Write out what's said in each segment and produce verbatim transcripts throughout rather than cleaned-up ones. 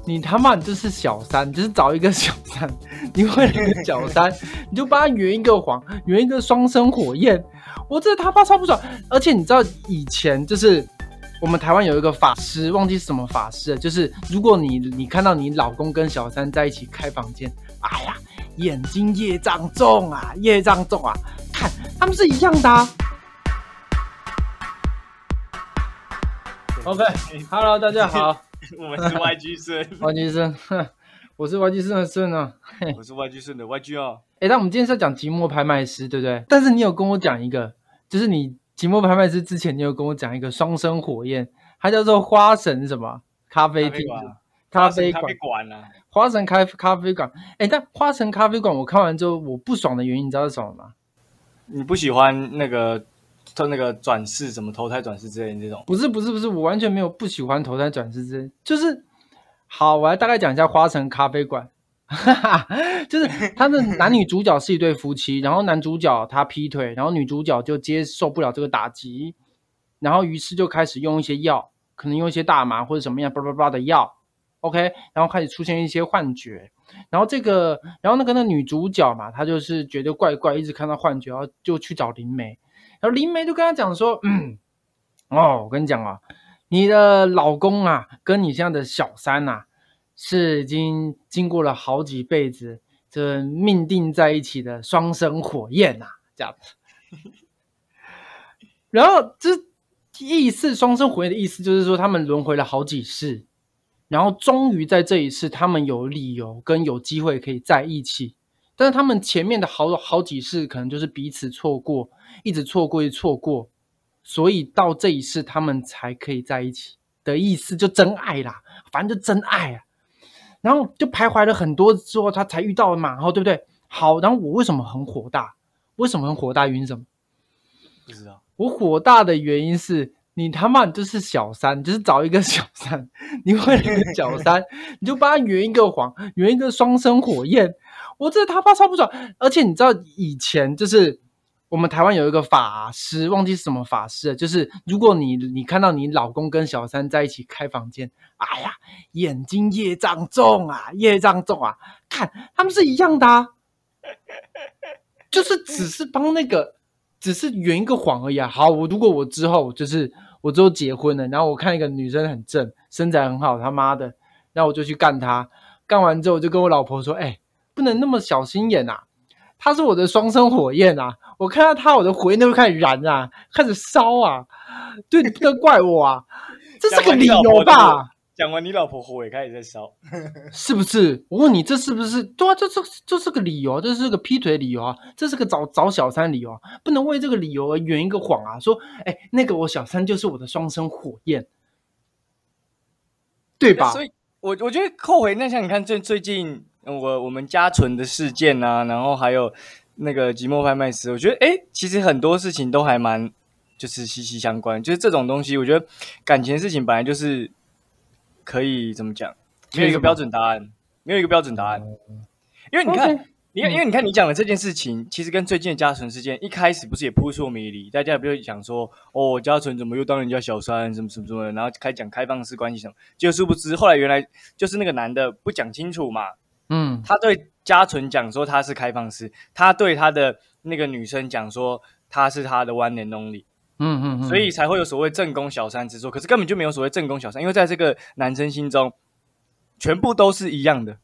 你他妈你就是小三，就是找一个小三，你为了一个小三，你就帮他圆一个谎，圆一个双生火焰，我这他妈超不爽。而且你知道以前就是我们台湾有一个法师，忘记是什么法师了，就是如果你你看到你老公跟小三在一起开房间，哎呀，眼睛业障重啊，业障重啊，看他们是一样的啊。OK，Hello，、okay, 大家好， 我们是 Y G 顺 ，Y G 顺，我是 Y G 顺的顺啊， 我是 Y G 顺的 Y G 哦。 哎，那我们今天是要讲寂寞拍卖师，对不对？但是你有跟我讲一个，就是你寂寞拍卖师之前，你有跟我讲一个双生火焰，它叫做花神什么咖啡厅、 咖啡咖啡馆啊， 花神咖咖啡馆。哎，但花神咖啡馆我看完之后，我不爽的原因你知道是什么吗？ 你不喜欢那个？那个转世什么投胎转世之类的这种， 不是不是不是，我完全没有不喜欢投胎转世之类，就是好，我来大概讲一下花神咖啡馆，就是他的男女主角是一对夫妻，然后男主角他劈腿，然后女主角就接受不了这个打击，然后于是就开始用一些药，可能用一些大麻或者什么样叭叭叭的药 ，OK， 然后开始出现一些幻觉，然后这个，然后那个那女主角嘛，她就是觉得怪怪，一直看到幻觉，然后就去找灵媒。然后灵媒就跟他讲说，嗯，哦，我跟你讲啊，你的老公啊，跟你这样的小三啊，是已经经过了好几辈子，这命定在一起的双生火焰啊，这样子。然后这意思，双生火焰的意思就是说，他们轮回了好几世，然后终于在这一世，他们有理由跟有机会可以在一起。但是他们前面的好好几世可能就是彼此错过，一直错过，一直错过，所以到这一世他们才可以在一起的意思，就真爱啦，反正就真爱啊。然后就徘徊了很多之后，他才遇到了嘛，然后对不对？好，然后我为什么很火大？为什么很火大？原因是什么？ 不知道。 我火大的原因是你他妈你就是小三，就是找一个小三，你为了一个小三，你就帮他圆一个谎，圆一个双生火焰。我这他妈超不爽，而且你知道以前就是我们台湾有一个法师，忘记是什么法师了，就是如果你你看到你老公跟小三在一起开房间，哎呀，眼睛业障重啊，业障重啊，看他们是一样的啊，就是只是帮那个，只是圆一个谎而已啊。好，我如果我之后就是我之后结婚了，然后我看一个女生很正，身材很好，他妈的，然后我就去干她，干完之后我就跟我老婆说，哎、欸。不能那么小心眼啊！他是我的双生火焰啊！我看到他，我的火焰都会开始燃啊，开始烧啊！对，你不能怪我啊，这是个理由吧？ 讲完你老婆火也开始在烧， 是不是？我问你，这是不是？对啊，这这这是个理由，这是个劈腿的理由啊，这是个找找小三的理由啊，不能为这个理由而圆一个谎啊！说，哎，那个我小三就是我的双生火焰，对吧？ 所以我我觉得后悔，那像你看最最近。我我们家纯的事件啊，然后还有那个寂寞拍卖师，我觉得哎，其实很多事情都还蛮就是息息相关。就是这种东西，我觉得感情的事情本来就是可以怎么讲，没有一个标准答案，没有一个标准答案。因为你看， okay, 你看，因为你看你讲的这件事情，其实跟最近的家纯事件一开始不是也扑朔迷离，大家也不就讲说哦，家纯怎么又当人家小三，什么什么什么，然后开讲开放式关系什么，结果殊不知后来原来就是那个男的不讲清楚嘛。嗯，他对家纯讲说他是开放式，他对他的那个女生讲说他是他的 one and only， 嗯嗯嗯，所以才会有所谓正宫小三之说。可是根本就没有所谓正宫小三，因为在这个男生心中，全部都是一样的，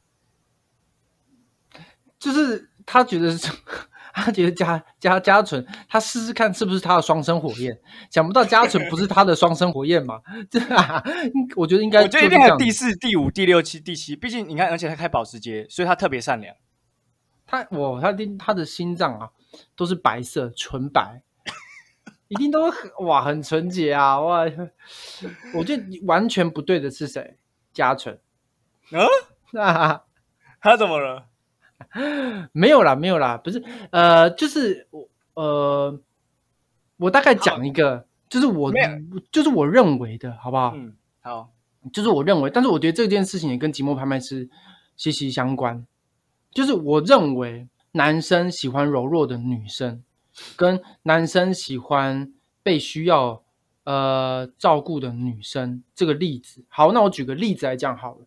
就是他觉得是。他觉得家家家纯，他试试看是不是他的双生火焰，想不到家纯不是他的双生火焰嘛？这啊，我觉得应该， 我觉得一定还有第四、第五、第六、七、第七。毕竟你看，而且他开保时捷，所以他特别善良。 他哇，他的他的心脏啊，都是白色，纯白，一定都很哇，很纯洁啊！哇，我觉得完全不对的是谁？家纯。 嗯，啊，他怎么了？ 没有啦，没有啦，不是，呃，就是我，呃，我大概讲一个，就是我，就是我认为的，好不好？ 嗯，好， 就是我认为，但是我觉得这件事情也跟寂寞拍卖师息息相关。就是我认为，男生喜欢柔弱的女生，跟男生喜欢被需要呃照顾的女生，这个例子，好，那我举个例子来讲好了。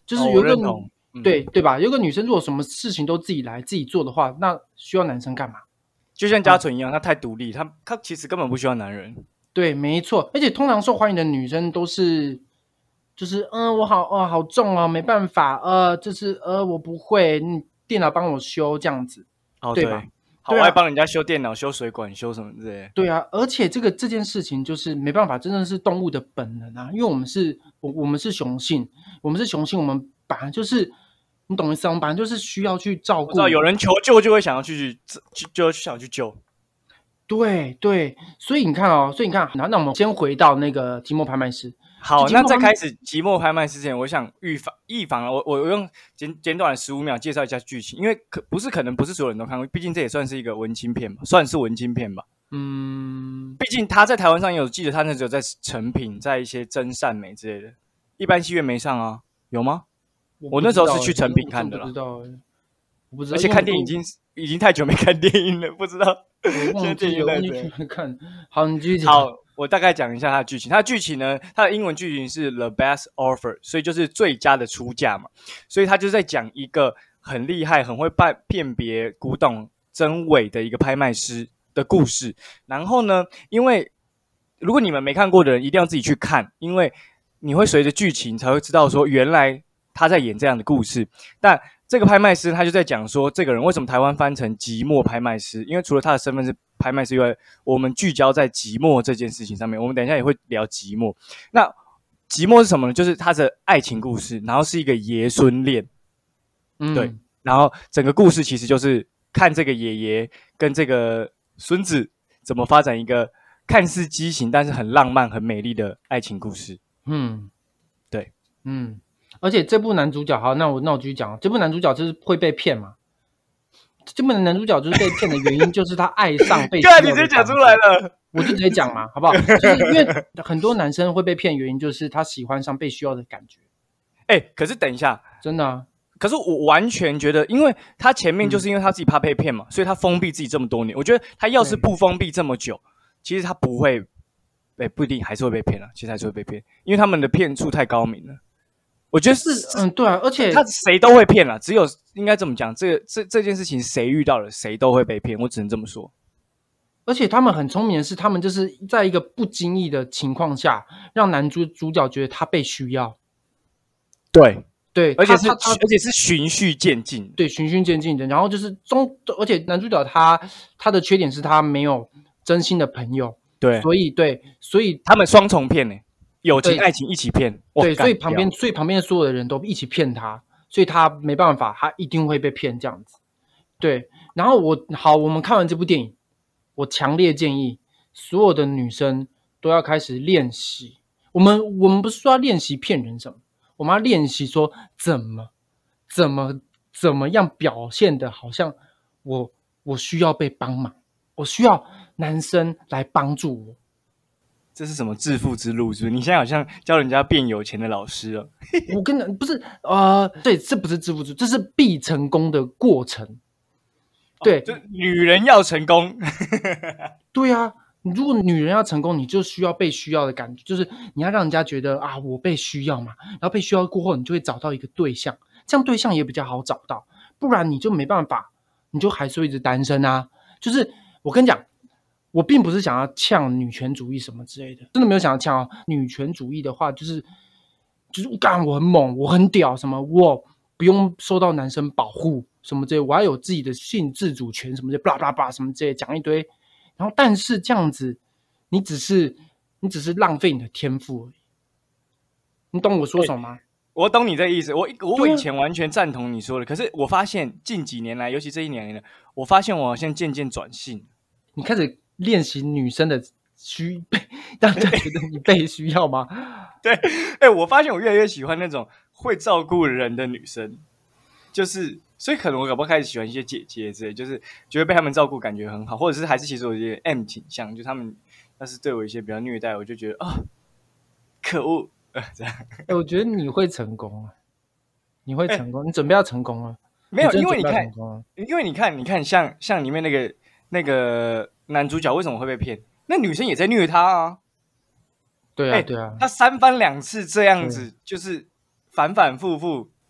就是有一个、 哦嗯、对对吧？有一个女生如果什么事情都自己来自己做的话，那需要男生干嘛？ 就像嘉纯一样，她太独立，她她其实根本不需要男人。 对，没错。而且通常受欢迎的女生都是，就是嗯，我好哦，好重哦，没办法，呃，就是呃，我不会，你电脑帮我修这样子， 哦， 对吧？ 对，好爱帮人家修电脑、修水管、修什么之类的。 对啊，而且这个这件事情就是没办法，真的是动物的本能啊，因为我们是，我我们是雄性，我们是雄性，我们本来就是，你懂意思吗？我们本来就是需要去照顾。 我知道有人求救就会想要去，去就想去救。 对对，所以你看哦，所以你看，那那我们先回到那个寂寞拍卖师。 好，那在开始寂寞拍卖之前，我想预防预防我我用简简短的十五秒介绍一下剧情，因为可不是可能不是所有人都看过，毕竟这也算是一个文青片吧，算是文青片吧。嗯，毕竟他在台湾上也有，记得他那时候在成品，在一些真善美之类的，一般戏院没上啊，有吗？我, 我那时候是去成品看的啦， 我不知道，我不知道， 而且看电影已经已经太久没看电影了，不知道。 我忘记了，忘记去看。好，你继续讲。好，我大概讲一下它的剧情。它的剧情呢，它的英文剧情是 The Best Offer， 所以就是最佳的出价嘛。所以它就在讲一个很厉害、很会辨辨别古董真伪的一个拍卖师的故事。然后呢，因为如果你们没看过的人，一定要自己去看，因为你会随着剧情才会知道说，原来他在演这样的故事。但这个拍卖师他就在讲说，这个人为什么台湾翻成寂寞拍卖师？因为除了他的身份是拍卖师以外，我们聚焦在寂寞这件事情上面。我们等一下也会聊寂寞。那寂寞是什么呢？就是他的爱情故事，然后是一个爷孙恋，嗯，对。然后整个故事其实就是看这个爷爷跟这个孙子怎么发展一个看似畸形但是很浪漫、很美丽的爱情故事。嗯，对， 嗯。而且这部男主角，好，那我那我继续讲，这部男主角就是会被骗嘛。这部男主角就是被骗的原因，就是他爱上被骗。 对，你直接讲出来了， 我就直接讲嘛，好不好？就是因为很多男生会被骗，原因就是他喜欢上被需要的感觉。 哎、欸，可是等一下， 真的啊。 可是我完全觉得，因为他前面就是因为他自己怕被骗嘛，嗯、所以他封闭自己这么多年。我觉得他要是不封闭这么久，其实他不会，哎、欸，不一定还是会被骗啊，其实还是会被骗，因为他们的骗术太高明了。我觉得是， 嗯，对啊，而且他谁都会骗啦，只有应该这么讲，这这这件事情谁遇到了，谁都会被骗，我只能这么说。 而且他们很聪明的是，他们就是在一个不经意的情况下，让男主主角觉得他被需要。 对对， 而且是而且是循序渐进， 对，循序渐进的。然后就是中，而且男主角他他的缺点是他没有真心的朋友， 对， 所以对，所以他们双重骗呢、欸。友情、爱情一起骗， 对，所以旁边，所以旁边所有的人都一起骗他，所以他没办法，他一定会被骗这样子。对，然后我好，我们看完这部电影，我强烈建议所有的女生都要开始练习。我们我们不是说要练习骗人什么，我们要练习说怎么怎么怎么样表现的，好像我我需要被帮忙，我需要男生来帮助我。 这是什么致富之路？是不是？你现在好像教人家变有钱的老师了。 我跟你不是呃，对，这不是致富之路，这是必成功的过程。对， 哦、就女人要成功。 对啊，如果女人要成功，你就需要被需要的感觉，就是你要让人家觉得啊，我被需要嘛。然后被需要过后，你就会找到一个对象，这样对象也比较好找到。不然你就没办法，你就还是会一直单身啊。就是我跟你讲。我并不是想要呛女权主义什么之类的，真的没有想要呛哦。女权主义的话，就是就是干我很猛，我很屌，什么我不用受到男生保护什么之类，我要有自己的性自主权什么之类，巴拉巴拉巴拉什么之类，讲一堆。然后，但是这样子，你只是你只是浪费你的天赋而已。你懂我说什么吗？ 我懂你这个意思。我我以前完全赞同你说的，可是我发现近几年来，尤其这一年来，我发现我好像渐渐转性。 你开始练习女生的需被，让人家觉得你被需要吗？ 对，哎、欸，我发现我越来越喜欢那种会照顾人的女生，就是所以可能我搞不好开始喜欢一些姐姐之类，就是觉得被他们照顾感觉很好，或者是还是其实我有点 M 倾向，就他们要是对我一些比较虐待，我就觉得啊、哦，可恶，呃，这样。 欸、我觉得你会成功啊，你会成功，欸、你准备要成功啊？ 没有，因为你看，因为你看，你看像像里面那个。那个男主角为什么会被骗？那女生也在虐他啊。 对啊，欸、对啊， 他三番两次这样子，就是反反复复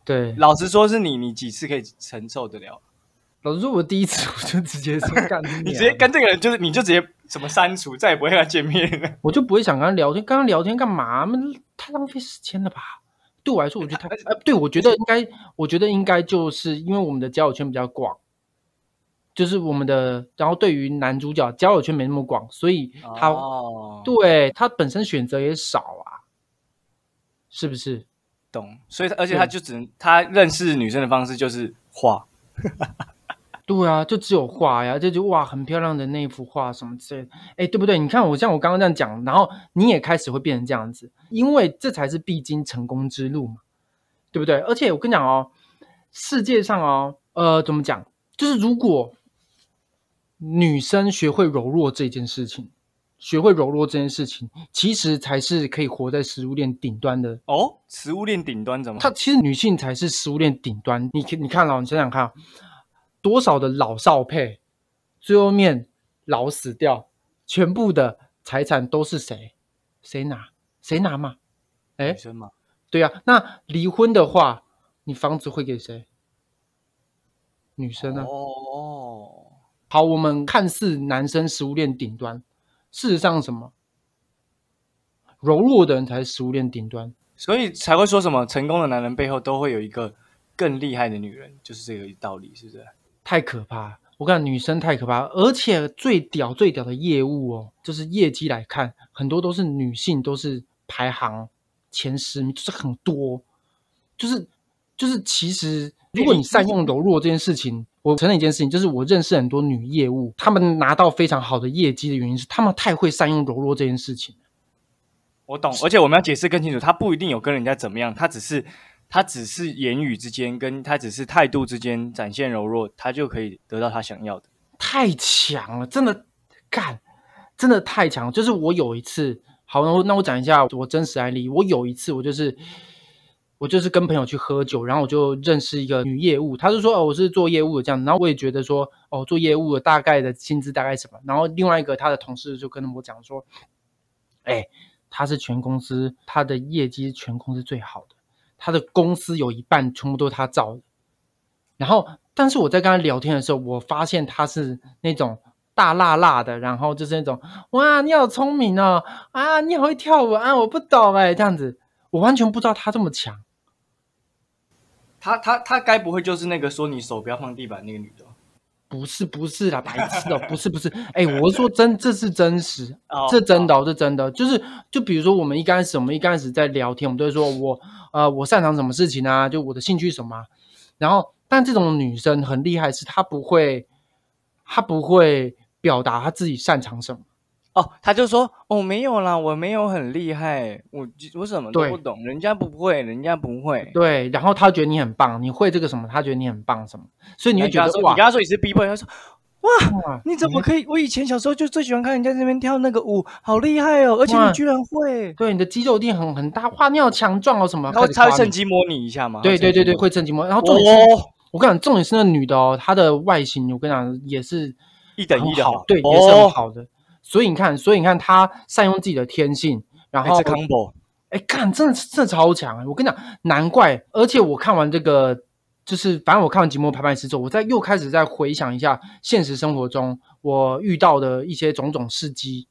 对， 老实说，是你你几次可以承受得了？ 老实说，我第一次我就直接说干你你直接跟这个人就是你就直接什么删除，再也不会跟他见面了。 我就不会想跟他聊天，跟他聊天干嘛？太浪费时间了吧？对我来说，我觉得太……呃，对我觉得应该，我觉得应该就是因为我们的交友圈比较广，就是我们的，然后对于男主角交友圈没那么广，所以他、哦、对他本身选择也少啊，是不是？ 懂，所以而且他就只能他认识女生的方式就是画。 对啊，就只有画呀，这就哇很漂亮的那幅画什么之类的，哎，对不对？你看我像我刚刚这样讲，然后你也开始会变成这样子，因为这才是必经成功之路嘛，对不对？而且我跟你讲哦，世界上哦，呃，怎么讲？就是如果女生学会柔弱这件事情，学会柔弱这件事情，其实才是可以活在食物链顶端的哦。食物链顶端怎么？ 它其实女性才是食物链顶端。你你看哦，你想想看、哦。多少的老少配，最后面老死掉，全部的财产都是谁？谁拿？谁拿嘛？哎， 女生嘛。 对啊，那离婚的话，你房子会给谁？女生啊。 哦。 好，我们看似男生食物链顶端，事实上什么？柔弱的人才是食物链顶端， 所以才会说什么成功的男人背后都会有一个更厉害的女人，就是这个道理，是不是？太可怕！我看女生太可怕，而且最屌最屌的业务哦，就是业绩来看，很多都是女性，都是排行前十名，就是很多，就是就是其实，如果你善用柔弱这件事情，我承认一件事情，就是我认识很多女业务，她们拿到非常好的业绩的原因是，她们太会善用柔弱这件事情。 我懂，而且我们要解释更清楚，她不一定有跟人家怎么样，她只是。他只是言语之间，跟他只是态度之间展现柔弱，他就可以得到他想要的。 太强了，真的干，真的太强了。就是我有一次，好，那我那我讲一下我真实案例。我有一次，我就是我就是跟朋友去喝酒，然后我就认识一个女业务，她就说哦，我是做业务的这样，然后我也觉得说哦，做业务的大概的薪资大概什么。然后另外一个他的同事就跟我讲说，哎，他是全公司他的业绩是全公司最好的。他的公司有一半全部都是他造的，然后，但是我在跟他聊天的时候，我发现他是那种大辣辣的，然后就是那种哇，你好聪明哦，啊，你好会跳舞啊，我不懂哎，这样子，我完全不知道他这么强。 他他他该不会就是那个说你手不要放地板那个女的？ 不是不是啦，白痴哦，不是不是，哎，我是说真，这是真实，这真的、哦，这真的，就是就比如说我们一开始，我们一开始在聊天，我们都会说我呃我擅长什么事情啊，就我的兴趣什么、啊，然后但这种女生很厉害，是她不会，她不会表达她自己擅长什么。 哦，他就说哦没有啦，我没有很厉害，我我什么都不懂，人家不会，人家不会。 对，然后他觉得你很棒，你会这个什么，他觉得你很棒什么，所以你会觉得哇，你跟他说你是 B-boy， 他说哇，你怎么可以？我以前小时候就最喜欢看人家在那边跳那个舞，好厉害哦，而且你居然会。 对，你的肌肉一定很很大，哇，你好强壮哦什么。 他会他会趁机摸你一下吗？ 对对对对，会趁机摸。然后重点是，哦、我跟你讲，重点是那女的哦，她的外形我跟你讲也是一等一的好， 对，也是很好的。所以你看，所以你看，他善用自己的天性，然后，哎，干，真的真的超强！我跟你讲，难怪。而且我看完这个，就是反正我看完《寂寞拍卖师》之后，我再又开始再回想一下现实生活中我遇到的一些种种事迹。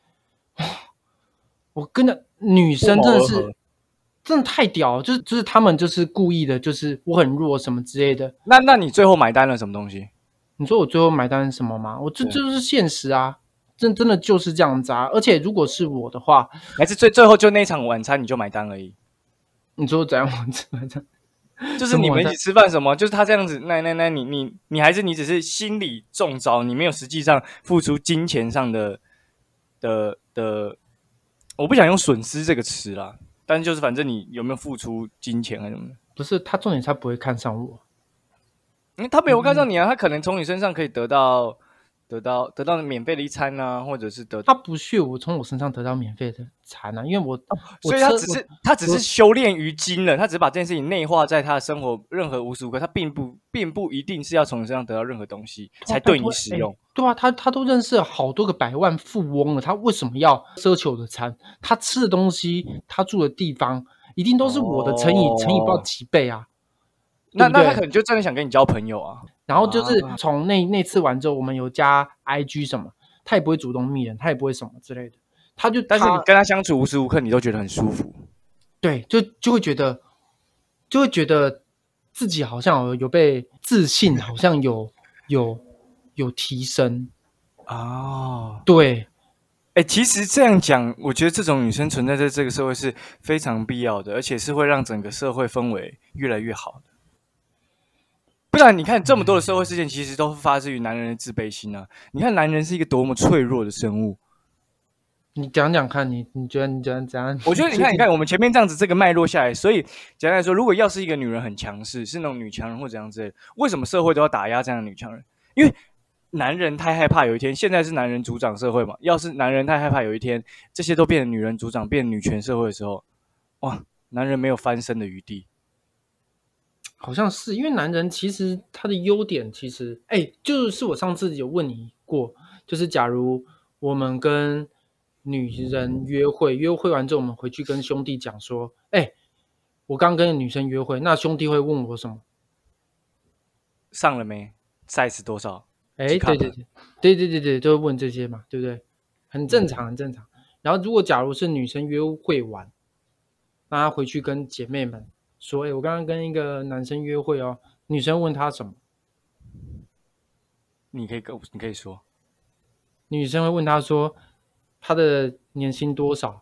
我跟着女生真的是，真的太屌了，就是就是他们就是故意的，就是我很弱什么之类的。 那那你最后买单了什么东西？ 你说我最后买单是什么吗？我这这就是现实啊。真真的就是这样子啊！而且如果是我的话， 还是最最后就那场晚餐你就买单而已。 你说怎样晚餐？ 就是你们一起吃饭什么？就是他这样子，那那那你你你还是你只是心里中招，你没有实际上付出金钱上的的的，我不想用损失这个词啦，但就是反正你有没有付出金钱还是什么？ 不是，他重点他不会看上我， 因为他没有看上你啊，嗯、他可能从你身上可以得到。得到得到免费的一餐啊，或者是得他不屑我从我身上得到免费的餐啊，因为我，哦、 所以他只是他只是修炼于今了，他只是把这件事情内化在他的生活任何无时无刻，他并不并不一定是要从你身上得到任何东西才对你使用。 欸、对啊，他他都认识了好多个百万富翁了，他为什么要奢求的餐？他吃的东西，他住的地方，一定都是我的乘以、哦、乘以不知道几倍啊！ 那那他可能就真的想跟你交朋友啊。 然后就是从那那次完之后，我们有加 I G 什么，他也不会主动密人，他也不会什么之类的。他就但是你跟他相处无时无刻你都觉得很舒服。 对，就就会觉得就会觉得自己好像有有被自信，好像有有有提升哦。 对。 哎、欸，其实这样讲，我觉得这种女生存在在这个社会是非常必要的，而且是会让整个社会氛围越来越好的。不然，你看这么多的社会事件，其实都发自于男人的自卑心啊！你看，男人是一个多么脆弱的生物。 你讲讲看你，你觉得你觉得怎样？ 我觉得你看，你看我们前面这样子这个脉络下来，所以简单来说，如果要是一个女人很强势，是那种女强人或怎样之类的，为什么社会都要打压这样的女强人？因为男人太害怕有一天，现在是男人主掌社会嘛。要是男人太害怕有一天，这些都变成女人主掌，变成女权社会的时候，哇，男人没有翻身的余地。 好像是因为男人其实他的优点，其实哎、欸，就是我上次有问你过，就是假如我们跟女人约会，约会完之后，我们回去跟兄弟讲说，哎、欸，我刚跟女生约会，那兄弟会问我什么？ 上了没 ？size 多少？ 哎、欸，对对对，对对对对，就会问这些嘛，对不对？很正常，很正常。然后如果假如是女生约会完，那她回去跟姐妹们说，哎、欸，我刚刚跟一个男生约会哦，女生问他什么？ 你可以跟你可以说， 女生会问他说，他的年薪多少？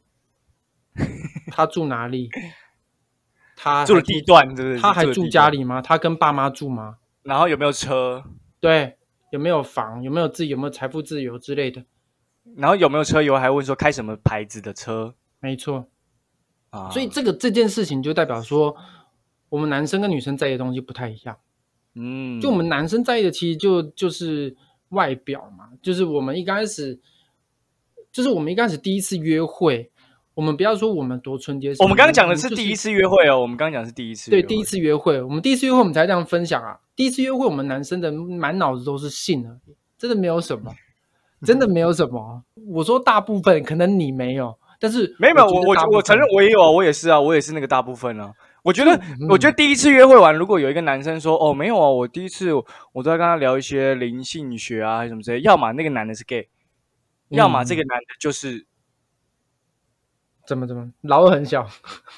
他住哪里？他住的地段对不对？ 他还住家里吗？他跟爸妈住吗？ 然后有没有车？ 对，有没有房？有没有自己有没有财富自由之类的？ 然后有没有车油？还问说开什么牌子的车？ 没错啊， 所以这个这件事情就代表说，我们男生跟女生在意的东西不太一样。 嗯， 就我们男生在意的其实就就是外表嘛，就是我们一开始，就是我们一开始第一次约会。我们不要说我们多纯洁， 我们刚刚讲的是第一次约会哦。我们刚刚讲的是第一次约会， 对，第一次约会，我们第一次约会我们才这样分享啊。第一次约会，我们男生的满脑子都是性而已，真的没有什么，真的没有什么。我说大部分，可能你没有，但是没有，我我我承认我也有啊，我也是啊，我也是那个大部分啊。我觉得，嗯、我觉得第一次约会完，如果有一个男生说，哦，没有啊，我第一次我都在跟他聊一些灵性学啊，还是什么之类，要么那个男的是 gay，、嗯、要么这个男的就是。 怎么怎么老二很小？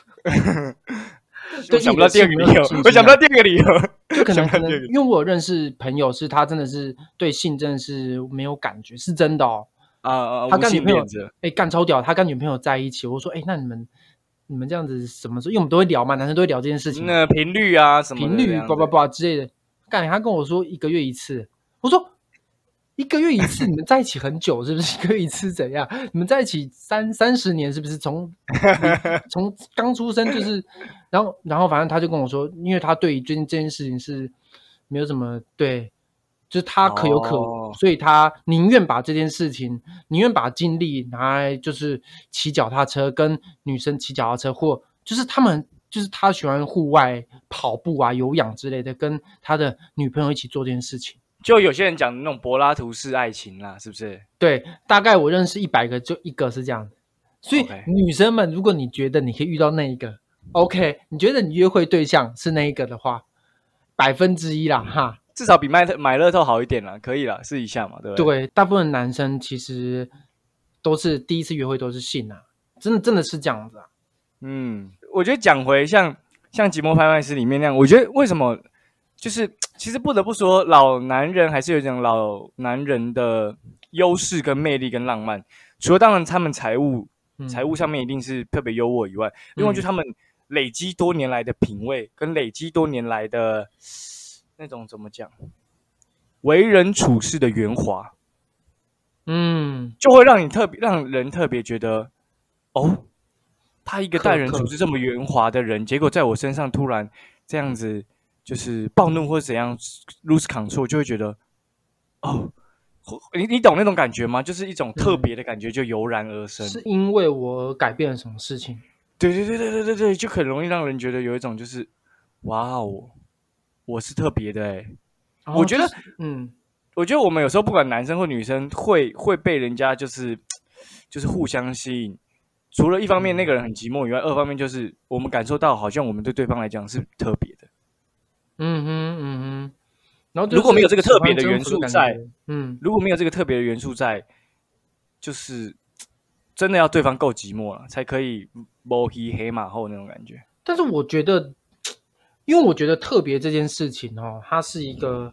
我想不到第二个理由，我想不到第二个理由， 就可能可能因为我有认识朋友，是他真的是对性真的是没有感觉，是真的哦。 啊啊！ 他跟女朋友哎干超屌，他跟女朋友在一起，我说哎，那你们你们这样子什么时候？因为我们都会聊嘛，男生都会聊这件事情， 那频率啊什么频率叭叭叭之类的。干，他跟我说一个月一次，我说。一个月一次，你们在一起很久是不是？一个月一次怎样？你们在一起三三十年是不是？从从刚出生就是，然后然后反正他就跟我说，因为他对于最近这件事情是没有什么对，就是他可有可无，哦、所以他宁愿把这件事情，宁愿把精力拿来就是骑脚踏车，跟女生骑脚踏车，或就是他们就是他喜欢户外跑步啊、有氧之类的，跟他的女朋友一起做这件事情。 就有些人讲的那种柏拉图式爱情啦，是不是？ 对，大概我认识一百个，就一个是这样。所以、okay. 女生们，如果你觉得你可以遇到那一个 ，OK， 你觉得你约会对象是那一个的话，百分之一啦，哈， 至少比买买乐透好一点啦，可以啦，试一下嘛，对不对？ 对，大部分男生其实都是第一次约会都是性啊，真的真的是这样子啊。 嗯，我觉得讲回像像寂寞拍卖师里面那样，我觉得为什么？就是其实不得不说，老男人还是有一种老男人的优势跟魅力跟浪漫。除了当然他们财务、嗯、财务上面一定是特别优渥以外，另外就是他们累积多年来的品味跟累积多年来的那种怎么讲，为人处事的圆滑， 嗯， 就会让你特别让人特别觉得，哦，他一个待人处事这么圆滑的人，结果在我身上突然这样子。就是暴怒或者怎样 lose control， 就会觉得，哦，你你懂那种感觉吗？就是一种特别的感觉就油然而生。 是因为我改变了什么事情？ 对对对对对对对，就很容易让人觉得有一种就是，哇哦，我是特别的哎、欸哦。我觉得，嗯，我觉得我们有时候不管男生或女生，会会被人家就是就是互相吸引。除了一方面那个人很寂寞以外，二方面就是我们感受到好像我们对对方来讲是特别的。 嗯哼嗯哼，然后就如果没有这个是喜特别的元欢征服的素在， 感觉，嗯。 如果没有这个特别的元素在，就是真的要对方够寂寞了，才可以摸黑黑马后那种感觉。 但是我觉得，因为我觉得特别这件事情哦，它是一个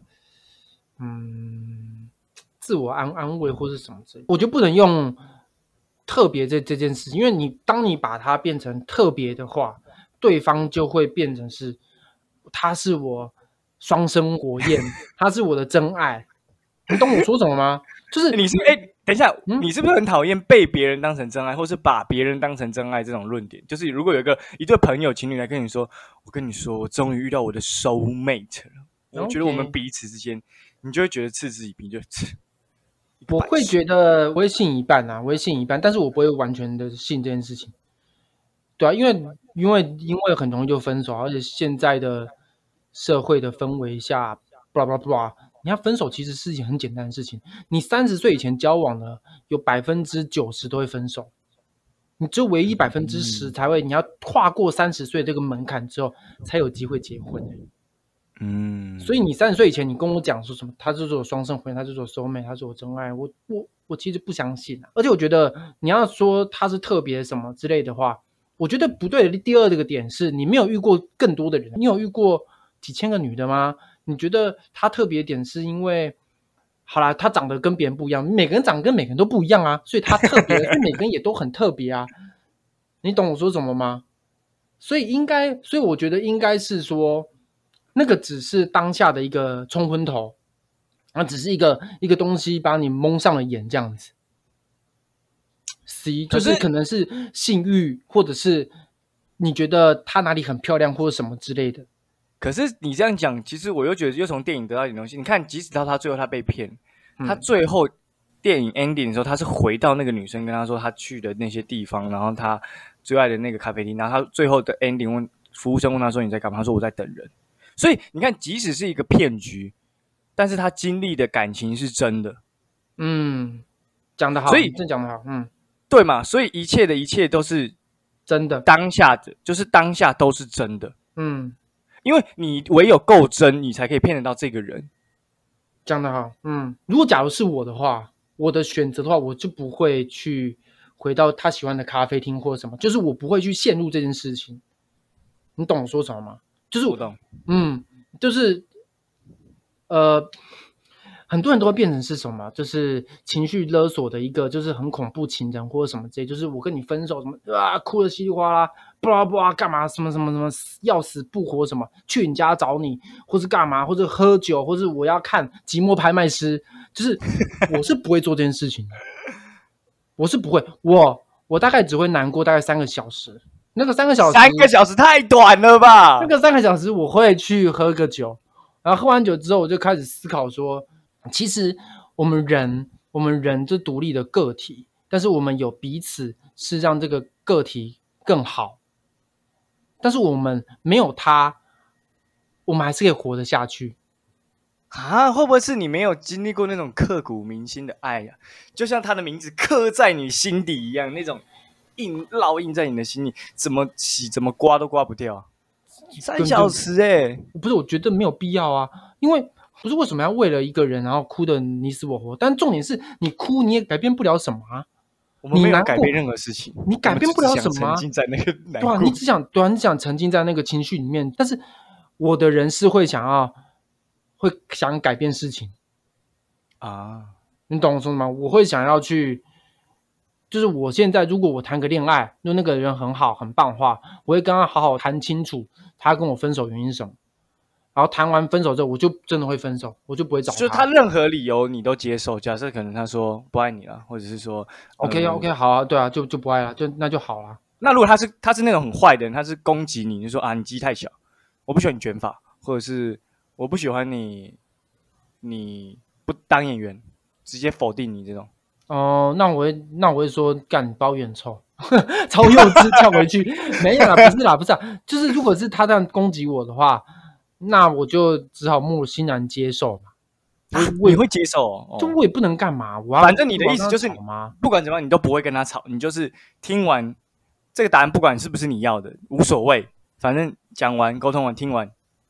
嗯自我安安慰或是什么之类，我觉得不能用特别这这件事情，因为你当你把它变成特别的话，对方就会变成是他是我双生火焰，他是我的真爱，你懂我说什么吗？就是你是哎、欸，等一下， 嗯， 你是不是很讨厌被别人当成真爱，或是把别人当成真爱这种论点？就是如果有一个一对朋友情侣来跟你说，我跟你说，我终于遇到我的 soul mate 了，我觉得我们 OK， 彼此之间，你就会觉得嗤之以鼻，就一个我会白痴。 觉得我会信一半啊，我会信一半，但是我不会完全的信这件事情。对啊，因为因为因为很容易就分手，而且现在的社会的氛围下，blah blah blah，你要分手其实是一件很简单的事情。你三十岁以前交往的，有百分之九十都会分手，你只有唯一百分之十才会，你要跨过三十岁这个门槛之后，才有机会结婚。 嗯， 所以你三十岁以前，你跟我讲说什么，他就是我双生火焰，他就是我 soul mate，他是我真爱，我我我其实不相信啊。而且我觉得你要说他是特别什么之类的话，我觉得不对的。第二这个点是你没有遇过更多的人，你有遇过几千个女的吗？你觉得他特别点是因为，好啦，他长得跟别人不一样，每个人长得跟每个人都不一样啊，所以他特别，所以每个人也都很特别啊。你懂我说什么吗？所以应该，所以我觉得应该是说，那个只是当下的一个冲昏头，啊，只是一个一个东西把你蒙上了眼这样子。C 就是可能是性欲，或者是你觉得她哪里很漂亮，或者什么之类的。 可是你这样讲，其实我又觉得又从电影得到一点东西。你看，即使到他最后他被骗， 嗯、 他最后电影 ending 的时候，他是回到那个女生跟他说他去的那些地方，然后他最爱的那个咖啡厅，然后他最后的 ending 问服务生问他说你在干嘛？他说我在等人。所以你看，即使是一个骗局，但是他经历的感情是真的。 嗯，讲得好， 所以真讲得好，嗯， 对嘛？所以一切的一切都是真的， 当下的，就是当下都是真的。 嗯， 因为你唯有够真，你才可以骗得到这个人。 讲得好，嗯。如果假如是我的话，我的选择的话，我就不会去回到他喜欢的咖啡厅或者什么，就是我不会去陷入这件事情。你懂我说什么吗？就是我懂， 嗯，就是呃，很多人都会变成是什么？就是情绪勒索的一个，就是很恐怖情人或者什么之类，就是我跟你分手什么啊，哭得稀里哗啦，不啦不啦，干嘛什么什么什么，要死不活什么，去你家找你，或是干嘛，或者喝酒，或是我要看寂寞拍卖师，就是我是不会做这件事情的，我是不会，我我大概只会难过大概三个小时，那个三个小时， 三个小时太短了吧？ 那个三个小时我会去喝个酒。然后喝完酒之后，我就开始思考说，其实我们人，我们人是独立的个体，但是我们有彼此是让这个个体更好，但是我们没有他，我们还是可以活得下去。 啊，会不会是你没有经历过那种刻骨铭心的爱呀、啊？就像他的名字刻在你心底一样，那种印烙印在你的心里，怎么洗怎么刮都刮不掉。三小时哎、欸， 不是，我觉得没有必要啊，因为不是为什么要为了一个人然后哭得你死我活？但重点是你哭你也改变不了什么啊。 我们没有改变任何事情， 你改变不了什么、啊， 沉浸在那个难对啊，你只想对啊，你只想沉浸在那个情绪里面。但是我的人是会想要，会想改变事情啊， 你懂我说什么？我会想要去，就是我现在如果我谈个恋爱，就那个人很好很棒的话，我会跟他好好谈清楚，他跟我分手原因是什么。然后谈完分手之后，我就真的会分手，我就不会找他。 就他任何理由你都接受。假设可能他说不爱你了，或者是说 OK OK 好啊，对啊，就就不爱了，就那就好了。 那如果他是他是那种很坏的人，他是攻击你，你就说啊你鸡太小，我不喜欢你卷发，或者是我不喜欢你你不当演员，直接否定你这种。 哦、呃，那我会那我会说干包很臭，超幼稚，跳回去。没有啦，不是啦，不是啦，就是如果是他这样攻击我的话。那我就只好默欣然接受嘛。 啊、你会接受、哦？ 就我也不能干嘛，我要反正你的意思就是你吗？ 不管怎么样，你都不会跟他吵，你就是听完这个答案，不管是不是你要的，无所谓，反正讲完、沟通完、听完，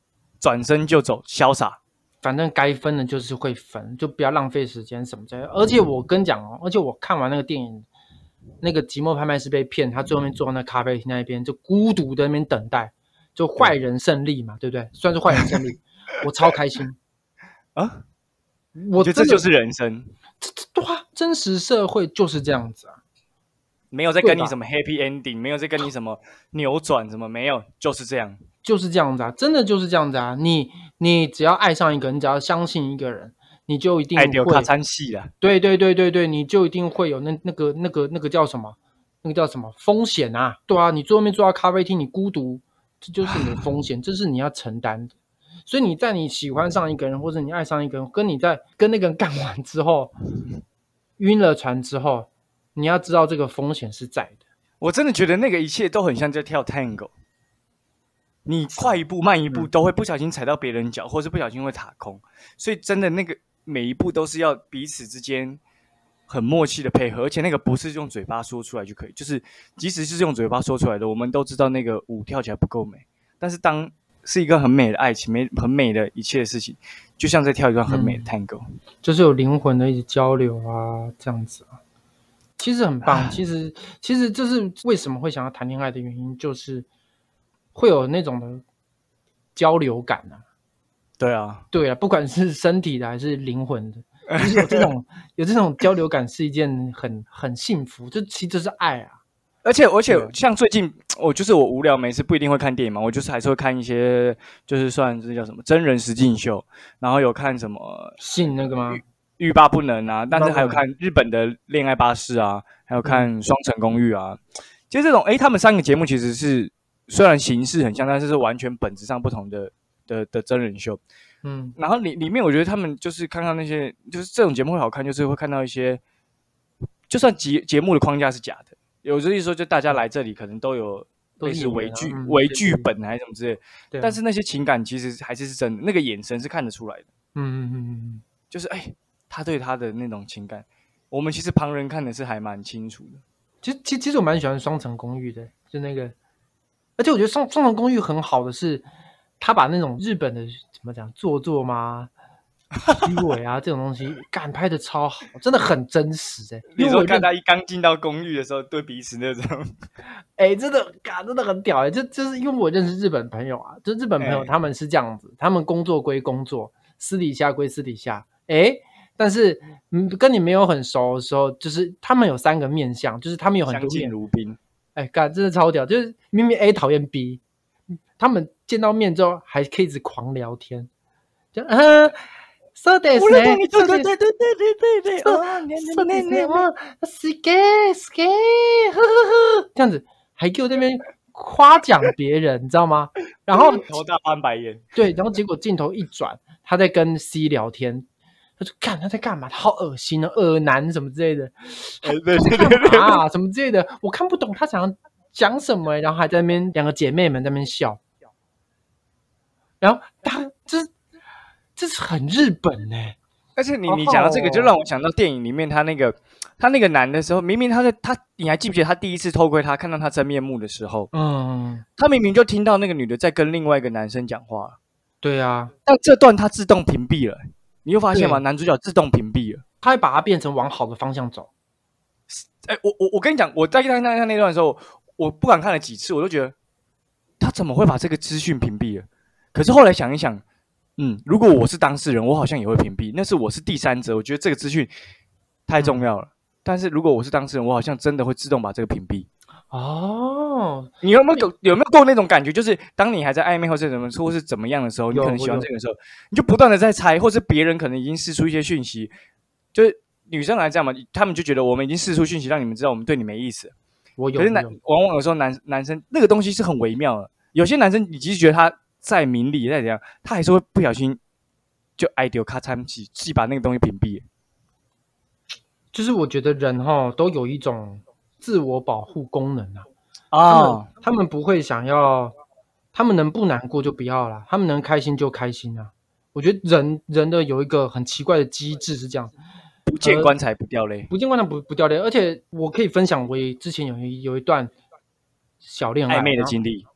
转身就走，潇洒。 反正该分的就是会分，就不要浪费时间什么之类的。而且我跟你讲哦，而且我看完那个电影，那个寂寞拍卖师被骗，他最后面坐在那咖啡厅那边，就孤独的那边等待，就坏人胜利嘛，对不对？算是坏人胜利，我超开心啊！ 我觉得这就是人生， 对啊，真实社会就是这样子啊， 没有在跟你什么 happy ending， 没有在跟你什么扭转什么，没有，就是这样。 就是这样子啊，真的就是这样子啊！你你只要爱上一个人，你只要相信一个人，你就一定会爱丢卡餐戏了。 对对对对对，你就一定会有那那个那个那个叫什么？那个叫什么风险啊？对啊，你最后面坐到咖啡厅，你孤独，这就是你的风险，这是你要承担的。所以你在你喜欢上一个人，或者你爱上一个人，跟你在跟那个人干完之后，晕了船之后，你要知道这个风险是在的。 我真的觉得那个一切都很像在跳 tango。你快一步慢一步都会不小心踩到别人脚，或是不小心会踏空，所以真的那个每一步都是要彼此之间很默契的配合，而且那个不是用嘴巴说出来就可以，就是即使是用嘴巴说出来的，我们都知道那个舞跳起来不够美，但是当是一个很美的爱情，美很美的一切的事情，就像在跳一段很美的 tango，、嗯、 就是有灵魂的一起交流啊，这样子啊，其实很棒。其实其实这是为什么会想要谈恋爱的原因，就是会有那种的交流感啊。 对啊， 对啊，不管是身体的还是灵魂的，就是有这种有这种交流感是一件很很幸福，就其实这是爱啊。 而且而且像最近我就是我无聊没事不一定会看电影嘛，我就是还是会看一些就是算这叫什么真人实境秀，然后有看什么信那个吗？ 欲罢不能啊，但是还有看日本的恋爱巴士啊，还有看双层公寓啊，其实这种哎，他们三个节目其实是虽然形式很像，但是是完全本质上不同的的的真人秀。嗯，然后里里面我觉得他们就是看到那些，就是这种节目会好看，就是会看到一些，就算节节目的框架是假的，有的意思说就大家来这里可能都有类似伪剧、嗯、伪剧本还是什么之类的，但是那些情感其实还是是真的，那个眼神是看得出来的。嗯嗯嗯嗯，就是哎，他对他的那种情感，我们其实旁人看的是还蛮清楚的。 其实其实其实我蛮喜欢双层公寓的，就那个，而且我觉得双双层公寓很好的是，他把那种日本的怎么讲做作吗、虚伪啊这种东西，干拍的超好，真的很真实哎、欸。 你说看他一刚进到公寓的时候，对彼此那种， 哎、欸，真的，干真的很屌哎、欸！就就是因为我认识日本朋友啊，就日本朋友他们是这样子，欸、他们工作归工作，私底下归私底下，哎、欸，但是嗯，跟你没有很熟的时候，就是他们有三个面向，就是他们有很多面， 相敬如宾。 哎、欸，干真的超屌，就是明明 A 讨厌 B， 他们见到面之后还可以一直狂聊天，就嗯。そうですね。 对对对对对对对。 そうですね。もうすげえすげえ，呵呵呵，这样子还给我这边夸奖别人，你知道吗？然后头大翻白眼。 对，然后结果镜头一转，他在跟 C 聊天，他就看他在干嘛，他好恶心哦，恶男什么之类的，他在干嘛啊？什么之类的，我看不懂他想讲什么、欸，然后还在那边两个姐妹们在那边笑，然后他就是。这是很日本呢、欸， 而且你你讲到这个，就让我想到电影里面他那个他那个男的时候，明明他在他，你还记不记得他第一次透过他看到他真面目的时候，嗯，他明明就听到那个女的在跟另外一个男生讲话， 对啊， 但这段他自动屏蔽了，你有发现吗？男主角自动屏蔽了， 他会把它变成往好的方向走。 哎、欸，我我我跟你讲，我在看那那段的时候，我不敢看了几次，我都觉得他怎么会把这个资讯屏蔽了？可是后来想一想。嗯，如果我是当事人，我好像也会屏蔽。那是我是第三者，我觉得这个资讯太重要了。嗯、但是如果我是当事人，我好像真的会自动把这个屏蔽。哦，你有没有有没有过那种感觉？就是当你还在暧昧或者怎么或是怎么样的时候，你可能喜欢这个的时候，你就不断的在猜，或是别人可能已经释出一些讯息，就是女生来这样嘛，他们就觉得我们已经释出讯息，让你们知道我们对你没意思。 我有， 可是男往往有时候男男生那个东西是很微妙的，有些男生你即使觉得他。再明理再怎样，他还是会不小心就爱丢咔嚓自己把那个东西屏蔽。 就是我觉得人哈都有一种自我保护功能啊，啊他们他们不会想要，他们能不难过就不要啦，他们能开心就开心啊。我觉得人人的有一个很奇怪的机制是这样， 不见棺材不掉泪， 呃、不见棺材不不掉泪。而且我可以分享，我之前有一有一段小恋爱暧昧的经历。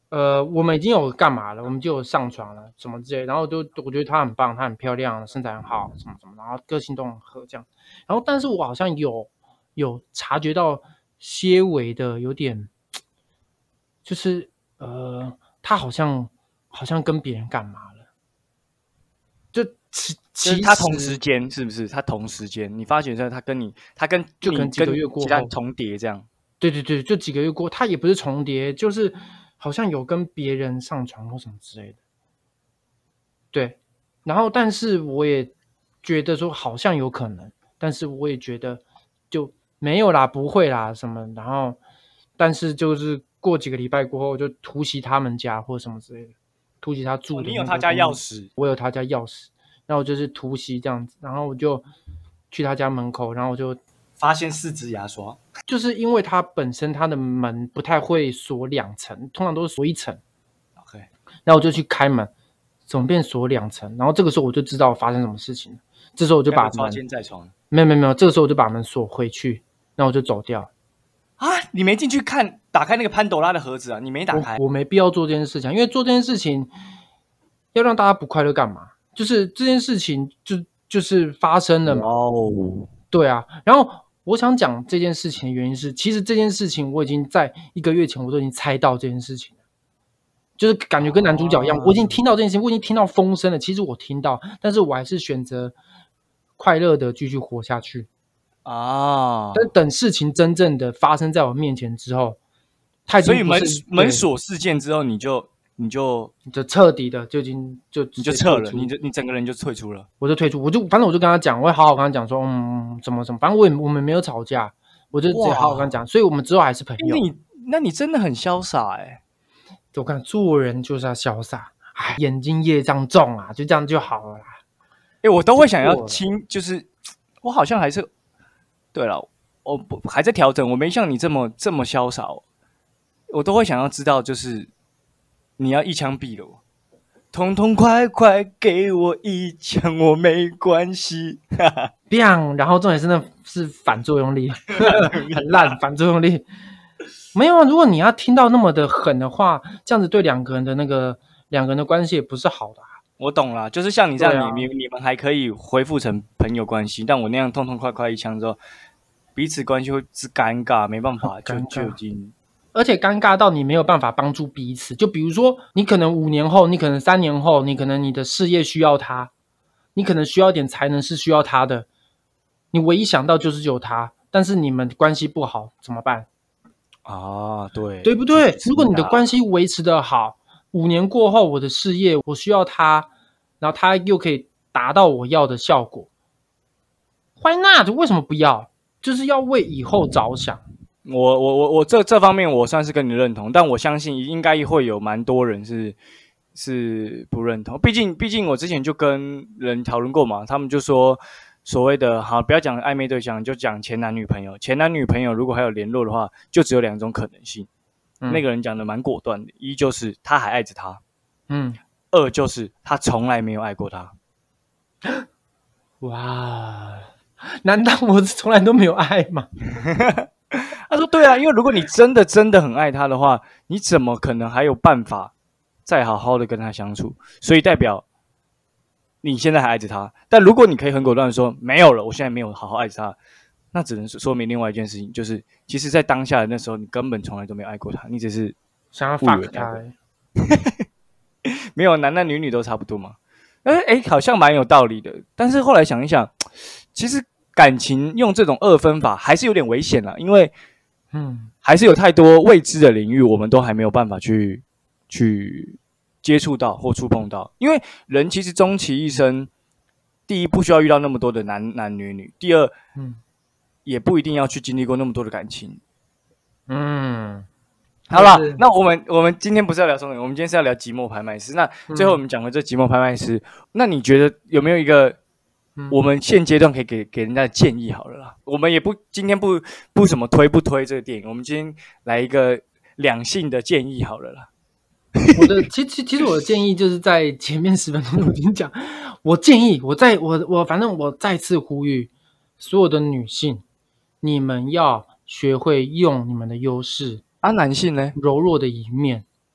呃，我们已经有干嘛了，我们就有上床了，什么之类，然后就我觉得她很棒，她很漂亮，身材很好，什么什么，然后个性都很合这样。然后，但是我好像有有察觉到些微的有点，就是呃，她好像好像跟别人干嘛了，就其其就是他同时实间是不是？他同时间，你发觉在他跟你，他跟你就可能几个跟月过后， 其他重叠这样。 对对对，就几个月过，她也不是重叠，就是好像有跟别人上床或什么之类的。对，然后但是我也觉得说好像有可能，但是我也觉得就没有啦，不会啦什么，然后但是就是过几个礼拜过后就突袭他们家或什么之类的，突袭他住哦， 的你有他家那个公寓， 钥匙我有他家钥匙，然后就是突袭这样子，然后我就去他家门口，然后我就发现四支牙刷。 就是因为他本身他的门不太会锁两层，通常都是锁一层， OK， 然后我就去开门，怎么变锁两层？然后这个时候我就知道发生什么事情了。这时候我就把门抓奸在床没有没有没有，这个时候我就把门锁回去，然后我就走掉。 啊！你没进去看，打开那个潘朵拉的盒子啊？你没打开？ 我我没必要做这件事情，因为做这件事情要让大家不快乐干嘛？就是这件事情就就是发生了嘛。 哦， 对啊，然后我想讲这件事情的原因是，其实这件事情我已经在一个月前我都已经猜到这件事情了。就是感觉跟男主角一样， 啊我已经听到这件事情，我已经听到风声了。其实我听到，但是我还是选择快乐的继续活下去。 啊！ 但等事情真正的发生在我面前之后，他已所以门经不是门锁事件之后，你就你就对就彻底的就已经就你就撤了， 直接退出你就你整个人就退出了。 我就退出，我就反正我就跟他讲，我会好好跟他讲说，嗯，怎么怎么，反正我也我们没有吵架，我就直接好好跟他讲，所以我们之后还是朋友。 那你那你真的很潇洒哎！ 我看做人就是要潇洒，哎，眼睛业障重啊，就这样就好了啦。 哎，我都会想要亲，就是我好像还是对了，我不还在调整，我没像你这么这么潇洒、哦，我都会想要知道，就是你要一枪毙了我，痛痛快快给我一枪，我没关系。 biang，然后重点是那是反作用力，很烂，反作用力。没有啊，如果你要听到那么的狠的话，这样子对两个人的那个两个人的关系也不是好的、啊。 我懂了，就是像你这样， 啊、 你你你们还可以恢复成朋友关系，但我那样痛痛快快一枪之后，彼此关系会之尴尬，没办法，就就已经， 而且尴尬到你没有办法帮助彼此。就比如说，你可能五年后，你可能三年后，你可能你的事业需要他，你可能需要一点才能是需要他的，你唯一想到就是有他，但是你们关系不好怎么办？ 啊，对， 对不对？如果你的关系维持的好，五年过后我的事业我需要他，然后他又可以达到我要的效果 ，Why not？为什么不要？就是要为以后着想。 我我我我这这方面我算是跟你认同，但我相信应该会有蛮多人是是不认同。毕竟毕竟我之前就跟人讨论过嘛，他们就说所谓的好，不要讲暧昧对象，就讲前男女朋友。前男女朋友如果还有联络的话，就只有两种可能性。嗯、那个人讲的蛮果断的，一就是他还爱着他，嗯，二就是他从来没有爱过他。 哇，难道我从来都没有爱吗？ 他说：“对啊，因为如果你真的真的很爱他的话，你怎么可能还有办法再好好的跟他相处？所以代表你现在还爱着他。但如果你可以很果断的说没有了，我现在没有好好爱着他，那只能说明另外一件事情，就是其实，在当下的那时候，你根本从来都没有爱过他，你只是想要 fuck 他。 没有，男男女女都差不多嘛。哎哎，好像蛮有道理的。但是后来想一想，其实。”感情用这种二分法还是有点危险啦，因为，嗯，还是有太多未知的领域，我们都还没有办法去去接触到或触碰到。因为人其实终其一生，第一不需要遇到那么多的男男女女，第二，嗯，也不一定要去经历过那么多的感情。嗯，好了，那我们我们今天不是要聊什么？我们今天是要聊寂寞拍卖师。那最后我们讲回这寂寞拍卖师，嗯、那你觉得有没有一个？我们现阶段可以给给人家的建议好了啦，我们也不今天不不怎么推不推这个电影，我们今天来一个两性的建议好了啦。 我的其实其实我的建议就是在前面十分钟我已经讲，我建议我在我我反正我再次呼吁所有的女性，你们要学会用你们的优势啊，男性呢， 柔弱的一面，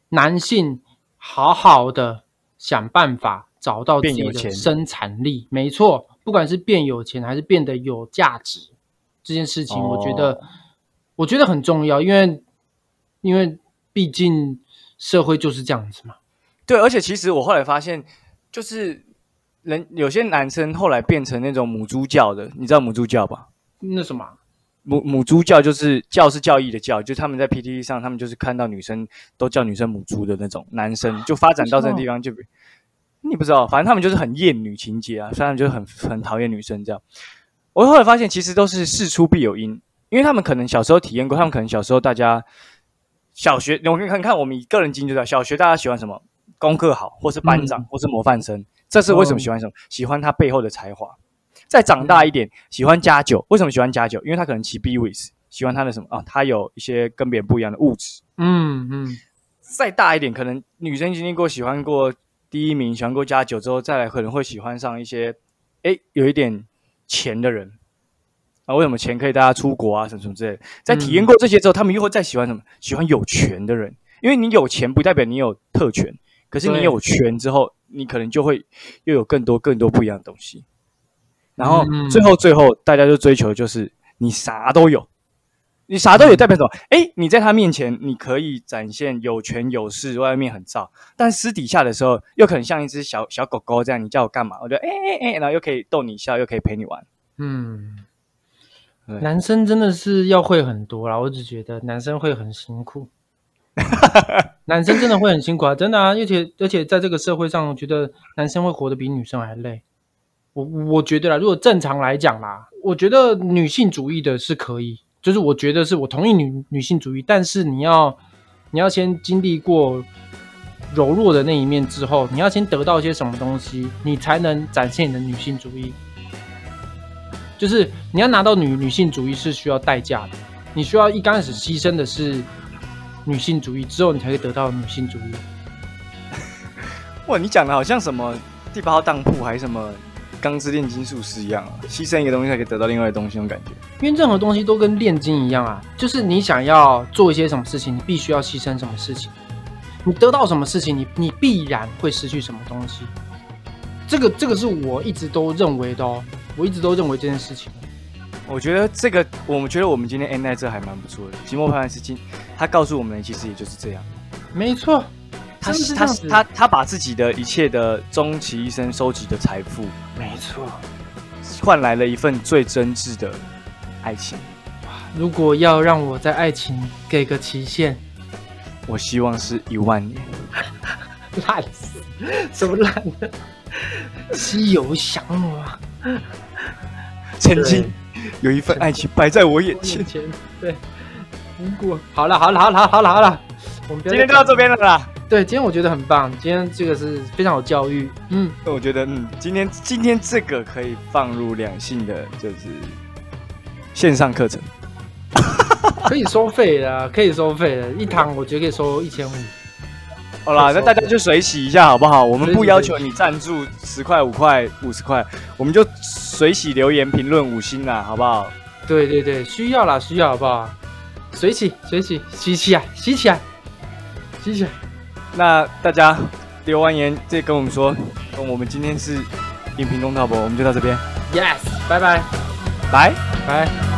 男性好好的想办法找到自己的变有钱生产力，没错，不管是变有钱还是变得有价值，这件事情我觉得、 哦我觉得很重要，因为因为毕竟社会就是这样子嘛。 对，而且其实我后来发现，就是人有些男生后来变成那种母猪教的，你知道母猪教吧？ 那什么， 母母猪教就是教是教义的教，就是他们在 P T T 上，他们就是看到女生都叫女生母猪的那种男生，就发展到这个地方就，你不知道，反正他们就是很厌女情节啊，所以他们就是很很讨厌女生这样。我后来发现，其实都是事出必有因，因为他们可能小时候体验过，他们可能小时候大家小学，我看看我们以个人经验就知道，小学大家喜欢什么？功课好，或是班长， 嗯或是模范生，这是为什么喜欢什么？喜欢他背后的才华。再长大一点，喜欢加九，为什么喜欢加九？因为他可能骑 B W I S， 喜欢他的什么啊？他有一些跟别人不一样的物质。 嗯嗯， 再大一点，可能女生经历过喜欢过第一名，喜欢过加九之后，再来可能会喜欢上一些，哎，有一点钱的人啊。为什么钱可以带他出国啊，什么什么之类的？在体验过这些之后，他们又会再喜欢什么？喜欢有权的人，因为你有钱不代表你有特权。可是你有权之后，你可能就会又有更多更多不一样的东西。然后最后最后，大家就追求的就是你啥都有，你啥都有代表什么？哎、嗯，你在他面前你可以展现有权有势，外面很燥，但私底下的时候又可能像一只小小狗狗这样，你叫我干嘛？我就哎哎哎，然后又可以逗你笑，又可以陪你玩。 嗯，男生真的是要会很多啦，我只觉得男生会很辛苦。男生真的会很辛苦啊，真的啊，而且而且在这个社会上，我觉得男生会活得比女生还累。我我觉得啦，如果正常来讲啦，我觉得女性主义的是可以，就是我觉得是我同意女女性主义，但是你要你要先经历过柔弱的那一面之后，你要先得到一些什么东西，你才能展现你的女性主义。就是你要拿到女女性主义是需要代价的，你需要一刚开始牺牲的是女性主义，之后你才可以得到女性主义。 哇，你讲的好像什么第八号当铺还是什么钢之炼金术师一样啊，牺牲一个东西才可以得到另外的东西，那种感觉。 因为任何东西都跟炼金一样啊，就是你想要做一些什么事情，你必须要牺牲什么事情，你得到什么事情，你你必然会失去什么东西。这个这个是我一直都认为的哦，我一直都认为这件事情。 我觉得这个，我们觉得我们今天 end 在这还蛮不错的。寂寞拍卖师今他告诉我们的其实也就是这样。 没错， 他他他他把自己的一切的终其一生收集的财富， 没错， 换来了一份最真挚的爱情。 如果要让我在爱情给个期限， 我希望是一万年。 烂死，什么烂的？西游降魔。 曾经有一份爱情摆在我眼前。 对，如果好了好了好了好了好了，我们今天就到这边了啦。 对，今天我觉得很棒，今天这个是非常有教育。嗯， 我觉得嗯，今天今天这个可以放入两性的，就是线上课程， 可以收费的，可以收费的，一堂我觉得可以收一千五。 好啦，那大家就水洗一下好不好？我们不要求你赞助十块、五块、五十块，我们就水洗留言、评论五星啦，好不好？ 对对对，需要啦，需要好不好？水洗，水洗，洗起来，洗起来，洗起来。 那大家留完言，再跟我们说，我们今天是影评东道博，我们就到这边。 Yes， 拜拜， 拜拜。